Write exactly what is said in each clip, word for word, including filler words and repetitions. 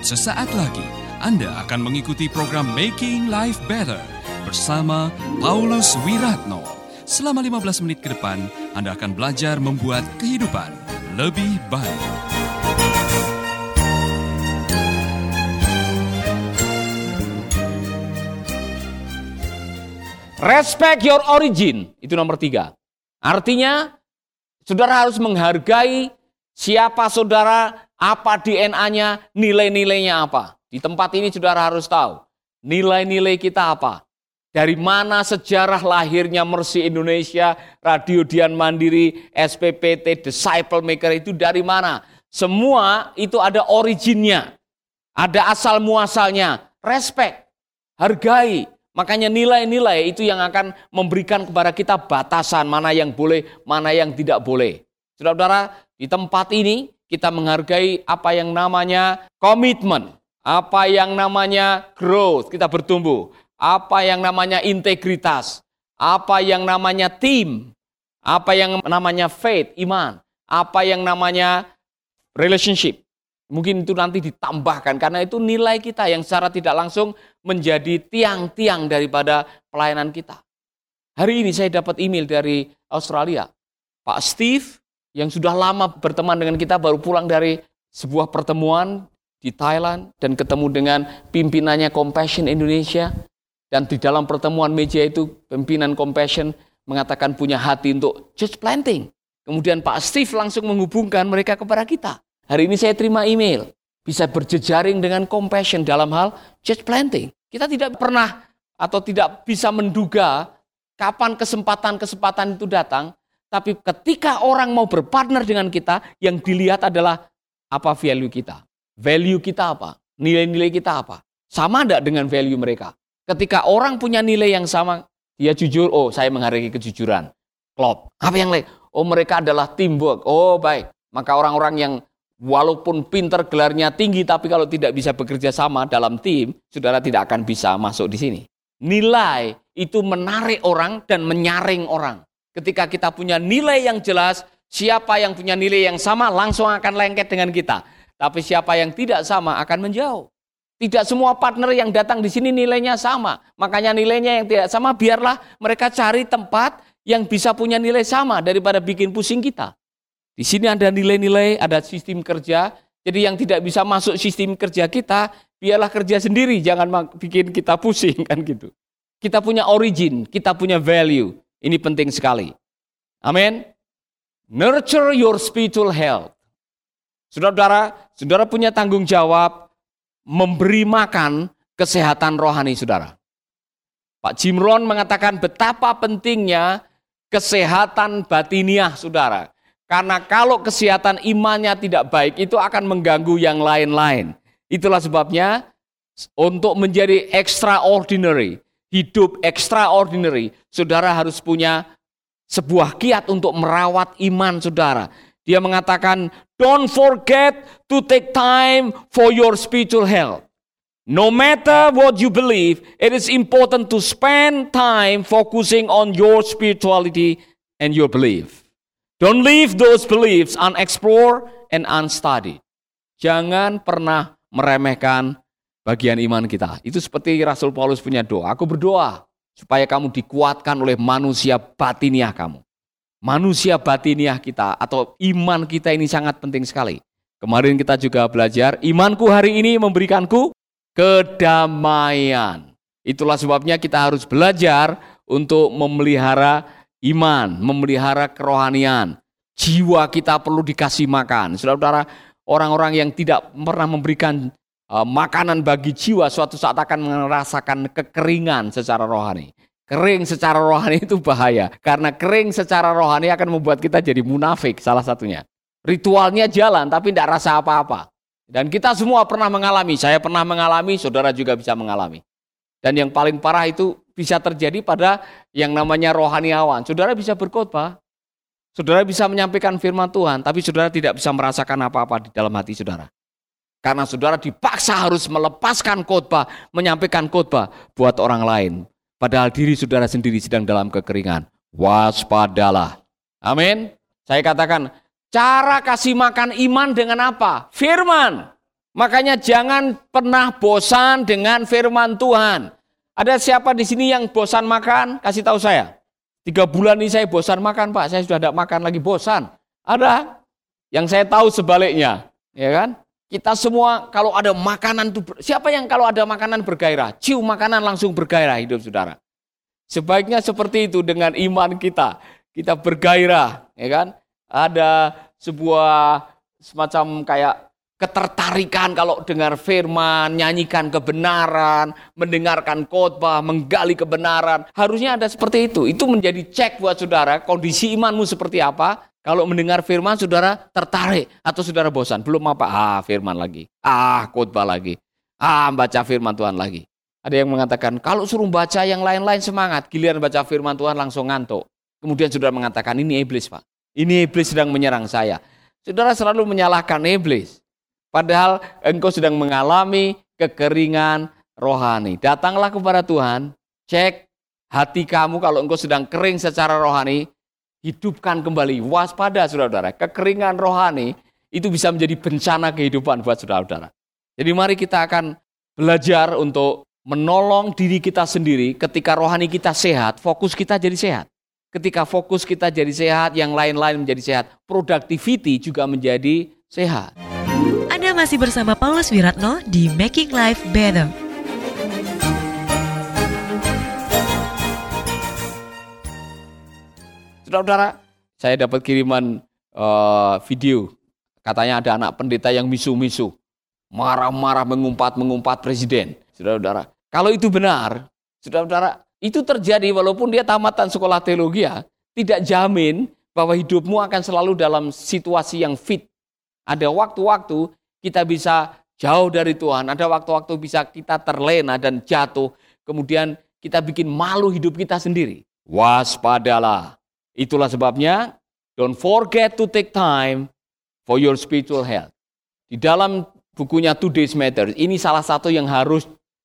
Sesaat lagi Anda akan mengikuti program Making Life Better bersama Paulus Wiratno. Selama lima belas menit ke depan, Anda akan belajar membuat kehidupan lebih baik. Respect your origin, itu nomor tiga. Artinya, saudara harus menghargai siapa saudara, apa D N A-nya, nilai-nilainya apa. Di tempat ini saudara harus tahu, nilai-nilai kita apa. Dari mana sejarah lahirnya Mercy Indonesia, Radio Dian Mandiri, S P P T, Disciple Maker itu dari mana? Semua itu ada originnya, ada asal muasalnya. Respect, hargai. Makanya nilai-nilai itu yang akan memberikan kepada kita batasan mana yang boleh, mana yang tidak boleh. Saudara-saudara, di tempat ini kita menghargai apa yang namanya komitmen, apa yang namanya growth, kita bertumbuh, apa yang namanya integritas, apa yang namanya tim, apa yang namanya faith, iman, apa yang namanya relationship. Mungkin itu nanti ditambahkan, karena itu nilai kita yang secara tidak langsung menjadi tiang-tiang daripada pelayanan kita. Hari ini saya dapat email dari Australia. Pak Steve yang sudah lama berteman dengan kita baru pulang dari sebuah pertemuan di Thailand dan ketemu dengan pimpinannya Compassion Indonesia. Dan di dalam pertemuan meja itu pimpinan Compassion mengatakan punya hati untuk church planting. Kemudian Pak Steve langsung menghubungkan mereka kepada kita. Hari ini saya terima email, bisa berjejaring dengan Compassion dalam hal church planting. Kita tidak pernah atau tidak bisa menduga kapan kesempatan-kesempatan itu datang, tapi ketika orang mau berpartner dengan kita, yang dilihat adalah apa value kita. Value kita apa? Nilai-nilai kita apa? Sama enggak dengan value mereka? Ketika orang punya nilai yang sama, dia jujur, oh saya menghargai kejujuran. Klop. Apa yang lain? Oh mereka adalah teamwork. Oh baik. Maka orang-orang yang walaupun pinter gelarnya tinggi, tapi kalau tidak bisa bekerja sama dalam tim, saudara tidak akan bisa masuk di sini. Nilai itu menarik orang dan menyaring orang. Ketika kita punya nilai yang jelas, siapa yang punya nilai yang sama langsung akan lengket dengan kita. Tapi siapa yang tidak sama akan menjauh. Tidak semua partner yang datang di sini nilainya sama. Makanya nilainya yang tidak sama, biarlah mereka cari tempat yang bisa punya nilai sama daripada bikin pusing kita. Di sini ada nilai-nilai, ada sistem kerja. Jadi yang tidak bisa masuk sistem kerja kita, biarlah kerja sendiri, jangan bikin kita pusing kan gitu. Kita punya origin, kita punya value. Ini penting sekali. Amin. Nurture your spiritual health. Saudara-saudara, saudara punya tanggung jawab memberi makan kesehatan rohani saudara. Pak Jim Rohn mengatakan betapa pentingnya kesehatan batiniah saudara. Karena kalau kesehatan imannya tidak baik, itu akan mengganggu yang lain-lain. Itulah sebabnya untuk menjadi extraordinary, hidup extraordinary, saudara harus punya sebuah kiat untuk merawat iman saudara. Dia mengatakan, don't forget to take time for your spiritual health. No matter what you believe, it is important to spend time focusing on your spirituality and your belief. Don't leave those beliefs unexplored and unstudied. Jangan pernah meremehkan bagian iman kita. Itu seperti Rasul Paulus punya doa. Aku berdoa supaya kamu dikuatkan oleh manusia batiniah kamu. Manusia batiniah kita atau iman kita ini sangat penting sekali. Kemarin kita juga belajar, imanku hari ini memberikanku kedamaian. Itulah sebabnya kita harus belajar untuk memelihara iman, memelihara kerohanian. Jiwa kita perlu dikasih makan. Saudara-saudara, orang-orang yang tidak pernah memberikan uh, makanan bagi jiwa, suatu saat akan merasakan kekeringan secara rohani. Kering secara rohani itu bahaya. Karena kering secara rohani akan membuat kita jadi munafik, salah satunya. Ritualnya jalan, tapi tidak rasa apa-apa. Dan kita semua pernah mengalami, saya pernah mengalami, saudara juga bisa mengalami. Dan yang paling parah itu bisa terjadi pada yang namanya rohaniawan. Saudara bisa berkhotbah, saudara bisa menyampaikan firman Tuhan, tapi saudara tidak bisa merasakan apa-apa di dalam hati saudara. Karena saudara dipaksa harus melepaskan khotbah, menyampaikan khotbah buat orang lain. Padahal diri saudara sendiri sedang dalam kekeringan. Waspadalah. Amin. Saya katakan, cara kasih makan iman dengan apa? Firman. Makanya jangan pernah bosan dengan firman Tuhan. Ada siapa di sini yang bosan makan? Kasih tahu saya. Tiga bulan ini saya bosan makan, Pak. Saya sudah tidak makan lagi, bosan. Ada. Yang saya tahu sebaliknya. Ya kan? Kita semua kalau ada makanan, siapa yang kalau ada makanan bergairah? Cium makanan langsung bergairah hidup saudara. Sebaiknya seperti itu dengan iman kita. Kita bergairah. Ya kan? Ada sebuah semacam kayak ketertarikan kalau dengar firman, nyanyikan kebenaran, mendengarkan khotbah, menggali kebenaran. Harusnya ada seperti itu. Itu menjadi cek buat saudara, kondisi imanmu seperti apa. Kalau mendengar firman, saudara tertarik atau saudara bosan. Belum apa, ah firman lagi, ah khotbah lagi, ah baca firman Tuhan lagi. Ada yang mengatakan, kalau suruh baca yang lain-lain semangat, giliran baca firman Tuhan langsung ngantuk. Kemudian saudara mengatakan, ini iblis Pak. Ini iblis sedang menyerang saya. Saudara selalu menyalahkan iblis. Padahal engkau sedang mengalami kekeringan rohani. Datanglah kepada Tuhan, cek hati kamu kalau engkau sedang kering secara rohani, hidupkan kembali, waspada saudara-saudara. Kekeringan rohani itu bisa menjadi bencana kehidupan buat saudara-saudara. Jadi mari kita akan belajar untuk menolong diri kita sendiri ketika rohani kita sehat, fokus kita jadi sehat. Ketika fokus kita jadi sehat, yang lain-lain menjadi sehat. Productivity juga menjadi sehat. Anda masih bersama Paulus Wiratno di Making Life Better. Saudara-saudara, saya dapat kiriman uh, video. Katanya ada anak pendeta yang misu-misu. Marah-marah mengumpat-mengumpat presiden. Saudara-saudara, kalau itu benar, saudara-saudara, itu terjadi walaupun dia tamatan sekolah teologi ya, tidak jamin bahwa hidupmu akan selalu dalam situasi yang fit. Ada waktu-waktu kita bisa jauh dari Tuhan, ada waktu-waktu bisa kita terlena dan jatuh, kemudian kita bikin malu hidup kita sendiri. Waspadalah. Itulah sebabnya, don't forget to take time for your spiritual health. Di dalam bukunya Today's Matter, ini salah satu yang harus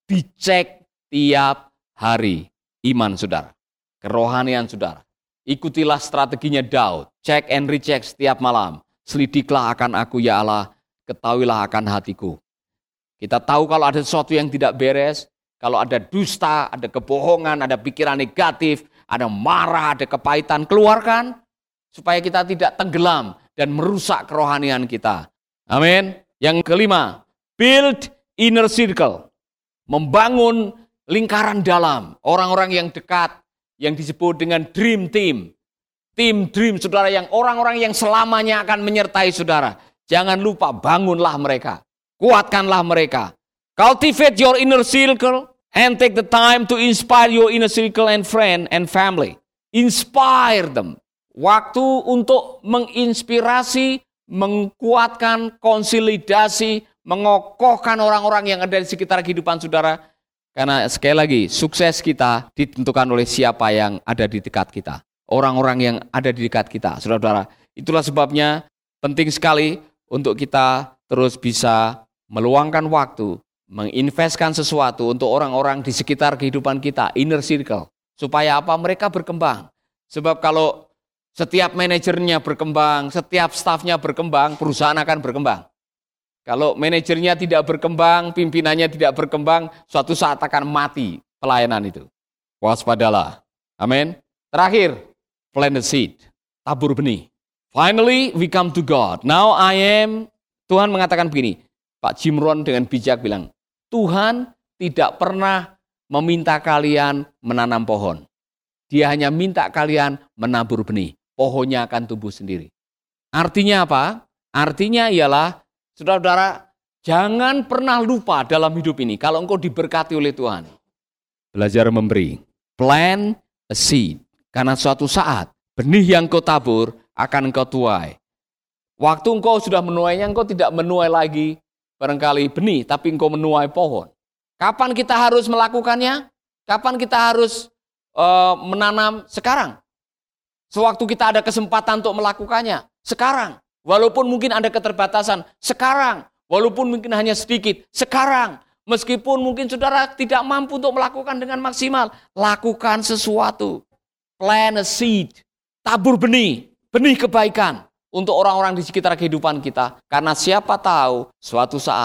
dicek tiap hari. Iman saudara, kerohanian saudara. Ikutilah strateginya Daud, check and recheck setiap malam. Selidiklah akan aku ya Allah, ketahuilah akan hatiku. Kita tahu kalau ada sesuatu yang tidak beres, kalau ada dusta, ada kebohongan, ada pikiran negatif, ada marah, ada kepahitan, keluarkan supaya kita tidak tenggelam dan merusak kerohanian kita. Amin. Yang kelima, build inner circle. Membangun lingkaran dalam, orang-orang yang dekat, yang disebut dengan dream team. Tim dream, saudara, yang orang-orang yang selamanya akan menyertai saudara. Jangan lupa, bangunlah mereka. Kuatkanlah mereka. Cultivate your inner circle and take the time to inspire your inner circle and friend and family. Inspire them. Waktu untuk menginspirasi, menguatkan, konsolidasi, mengokohkan orang-orang yang ada di sekitar kehidupan saudara. Karena sekali lagi, sukses kita ditentukan oleh siapa yang ada di dekat kita. Orang-orang yang ada di dekat kita, saudara-saudara. Itulah sebabnya penting sekali untuk kita terus bisa meluangkan waktu, menginvestkan sesuatu untuk orang-orang di sekitar kehidupan kita, inner circle. Supaya apa? Mereka berkembang. Sebab kalau setiap manajernya berkembang, setiap stafnya berkembang, perusahaan akan berkembang. Kalau manajernya tidak berkembang, pimpinannya tidak berkembang, suatu saat akan mati pelayanan itu. Waspadalah. Amin. Terakhir, plant the seed. Tabur benih. Finally, we come to God. Now I am, Tuhan mengatakan begini. Pak Jim Rohn dengan bijak bilang, Tuhan tidak pernah meminta kalian menanam pohon. Dia hanya minta kalian menabur benih. Pohonnya akan tumbuh sendiri. Artinya apa? Artinya ialah, saudara-saudara, jangan pernah lupa dalam hidup ini, kalau engkau diberkati oleh Tuhan, belajar memberi. Plant a seed. Karena suatu saat, benih yang kau tabur akan engkau tuai. Waktu engkau sudah menuainya, engkau tidak menuai lagi barangkali benih, tapi engkau menuai pohon. Kapan kita harus melakukannya? Kapan kita harus uh, menanam? Sekarang. Sewaktu kita ada kesempatan untuk melakukannya. Sekarang. Walaupun mungkin ada keterbatasan, sekarang. Walaupun mungkin hanya sedikit, sekarang. Meskipun mungkin saudara tidak mampu untuk melakukan dengan maksimal, lakukan sesuatu. Plant a seed. Tabur benih. Benih kebaikan untuk orang-orang di sekitar kehidupan kita. Karena siapa tahu suatu saat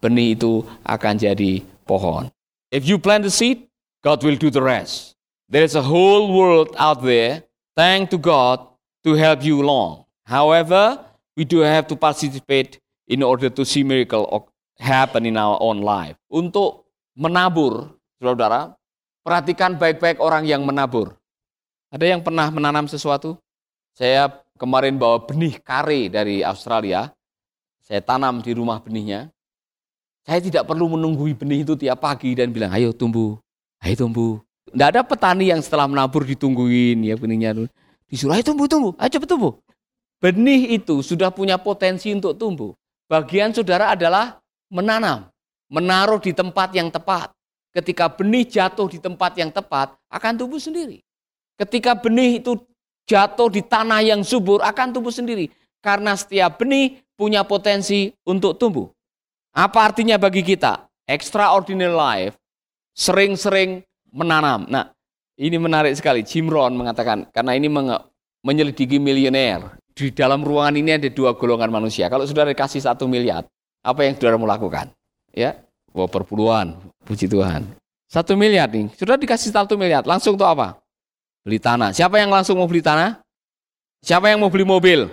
benih itu akan jadi pohon. If you plant the seed, God will do the rest. There is a whole world out there, thank to God, to help you along. However, we do have to participate in order to see miracle happen in our own life. Untuk menabur, saudara, perhatikan baik-baik orang yang menabur. Ada yang pernah menanam sesuatu? Saya kemarin bawa benih kare dari Australia. Saya tanam di rumah benihnya. Saya tidak perlu menunggui benih itu tiap pagi dan bilang, ayo tumbuh, ayo tumbuh. Tidak ada petani yang setelah menabur ditungguin ya benihnya. Disuruh, ayo tumbuh, tumbuh, ayo cepat tumbuh. Benih itu sudah punya potensi untuk tumbuh. Bagian saudara adalah menanam, menaruh di tempat yang tepat. Ketika benih jatuh di tempat yang tepat, akan tumbuh sendiri. Ketika benih itu jatuh di tanah yang subur, akan tumbuh sendiri. Karena setiap benih punya potensi untuk tumbuh. Apa artinya bagi kita? Extraordinary life, sering-sering menanam. Nah, ini menarik sekali. Jim Rohn mengatakan, karena ini menge- menyelidiki milioner. Di dalam ruangan ini ada dua golongan manusia. Kalau saudara dikasih satu miliar, apa yang saudara mau lakukan? Ya, wah perpuluhan, puji Tuhan. Satu miliar nih, sudah dikasih satu miliar, langsung tuh apa? Beli tanah. Siapa yang langsung mau beli tanah? Siapa yang mau beli mobil?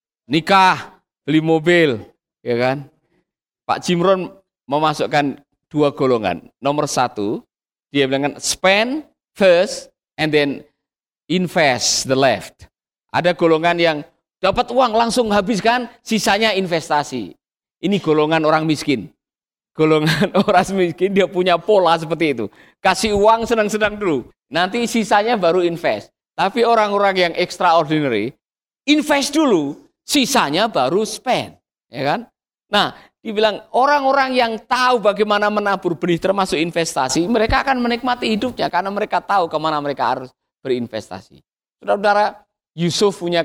Nikah, beli mobil, ya kan? Pak Jim Rohn memasukkan dua golongan. Nomor satu, dia bilang spend first and then invest the left. Ada golongan yang dapat uang langsung habiskan, sisanya investasi. Ini golongan orang miskin. Golongan orang miskin dia punya pola seperti itu. Kasih uang senang-senang dulu. Nanti sisanya baru invest. Tapi orang-orang yang extraordinary, invest dulu, sisanya baru spend. Ya kan? Nah, dibilang orang-orang yang tahu bagaimana menabur benih termasuk investasi, mereka akan menikmati hidupnya karena mereka tahu kemana mereka harus berinvestasi. Saudara-saudara, Yusuf punya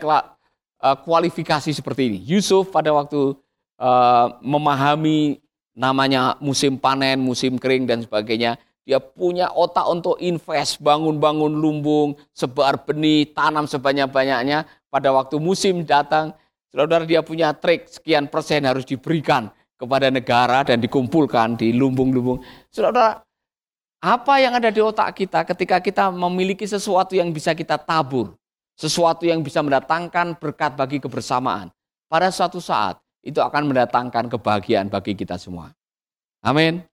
kualifikasi seperti ini. Yusuf pada waktu uh, memahami namanya musim panen, musim kering dan sebagainya, dia punya otak untuk invest, bangun-bangun lumbung, sebar benih, tanam sebanyak-banyaknya. Pada waktu musim datang, saudara dia punya trik, sekian persen harus diberikan kepada negara dan dikumpulkan di lumbung-lumbung. Saudara, apa yang ada di otak kita ketika kita memiliki sesuatu yang bisa kita tabur, sesuatu yang bisa mendatangkan berkat bagi kebersamaan, pada suatu saat itu akan mendatangkan kebahagiaan bagi kita semua. Amin.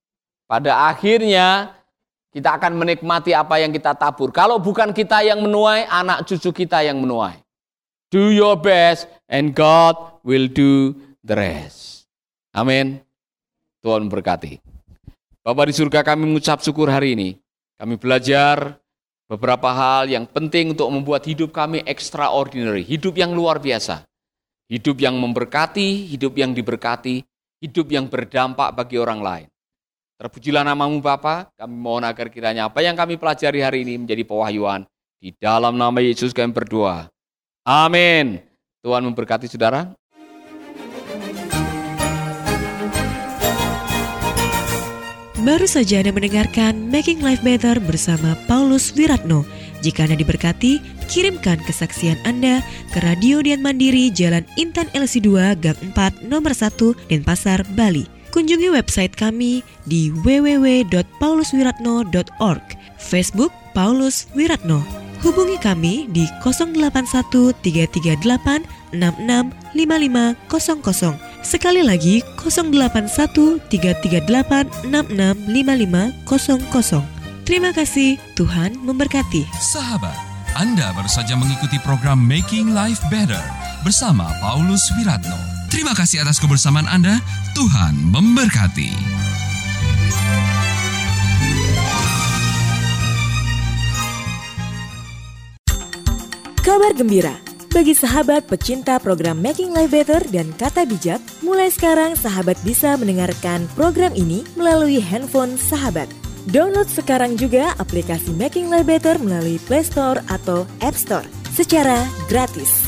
Pada akhirnya kita akan menikmati apa yang kita tabur. Kalau bukan kita yang menuai, anak cucu kita yang menuai. Do your best and God will do the rest. Amin. Tuhan berkati. Bapa di surga, kami mengucap syukur hari ini. Kami belajar beberapa hal yang penting untuk membuat hidup kami extraordinary. Hidup yang luar biasa. Hidup yang memberkati, hidup yang diberkati, hidup yang berdampak bagi orang lain. Terpujilah namamu Bapa, kami mohon agar kiranya apa yang kami pelajari hari ini menjadi pewahyuan. Di dalam nama Yesus kami berdoa. Amin. Tuhan memberkati saudara. Baru saja Anda mendengarkan Making Life Better bersama Paulus Wiratno. Jika Anda diberkati, kirimkan kesaksian Anda ke Radio Dian Mandiri, Jalan Intan L C dua, Gang empat, Nomor satu, Denpasar, Bali. Kunjungi website kami di w w w dot pauluswiratno dot org, Facebook Paulus Wiratno. Hubungi kami di nol delapan satu tiga tiga delapan enam enam lima lima nol nol. Sekali lagi nol delapan satu tiga tiga delapan enam enam lima lima nol nol. Terima kasih, Tuhan memberkati. Sahabat, Anda baru saja mengikuti program Making Life Better bersama Paulus Wiratno. Terima kasih atas kebersamaan Anda. Tuhan memberkati. Kabar gembira bagi sahabat pecinta program Making Life Better dan Kata Bijak. Mulai sekarang sahabat bisa mendengarkan program ini melalui handphone sahabat. Download sekarang juga aplikasi Making Life Better melalui Play Store atau App Store secara gratis.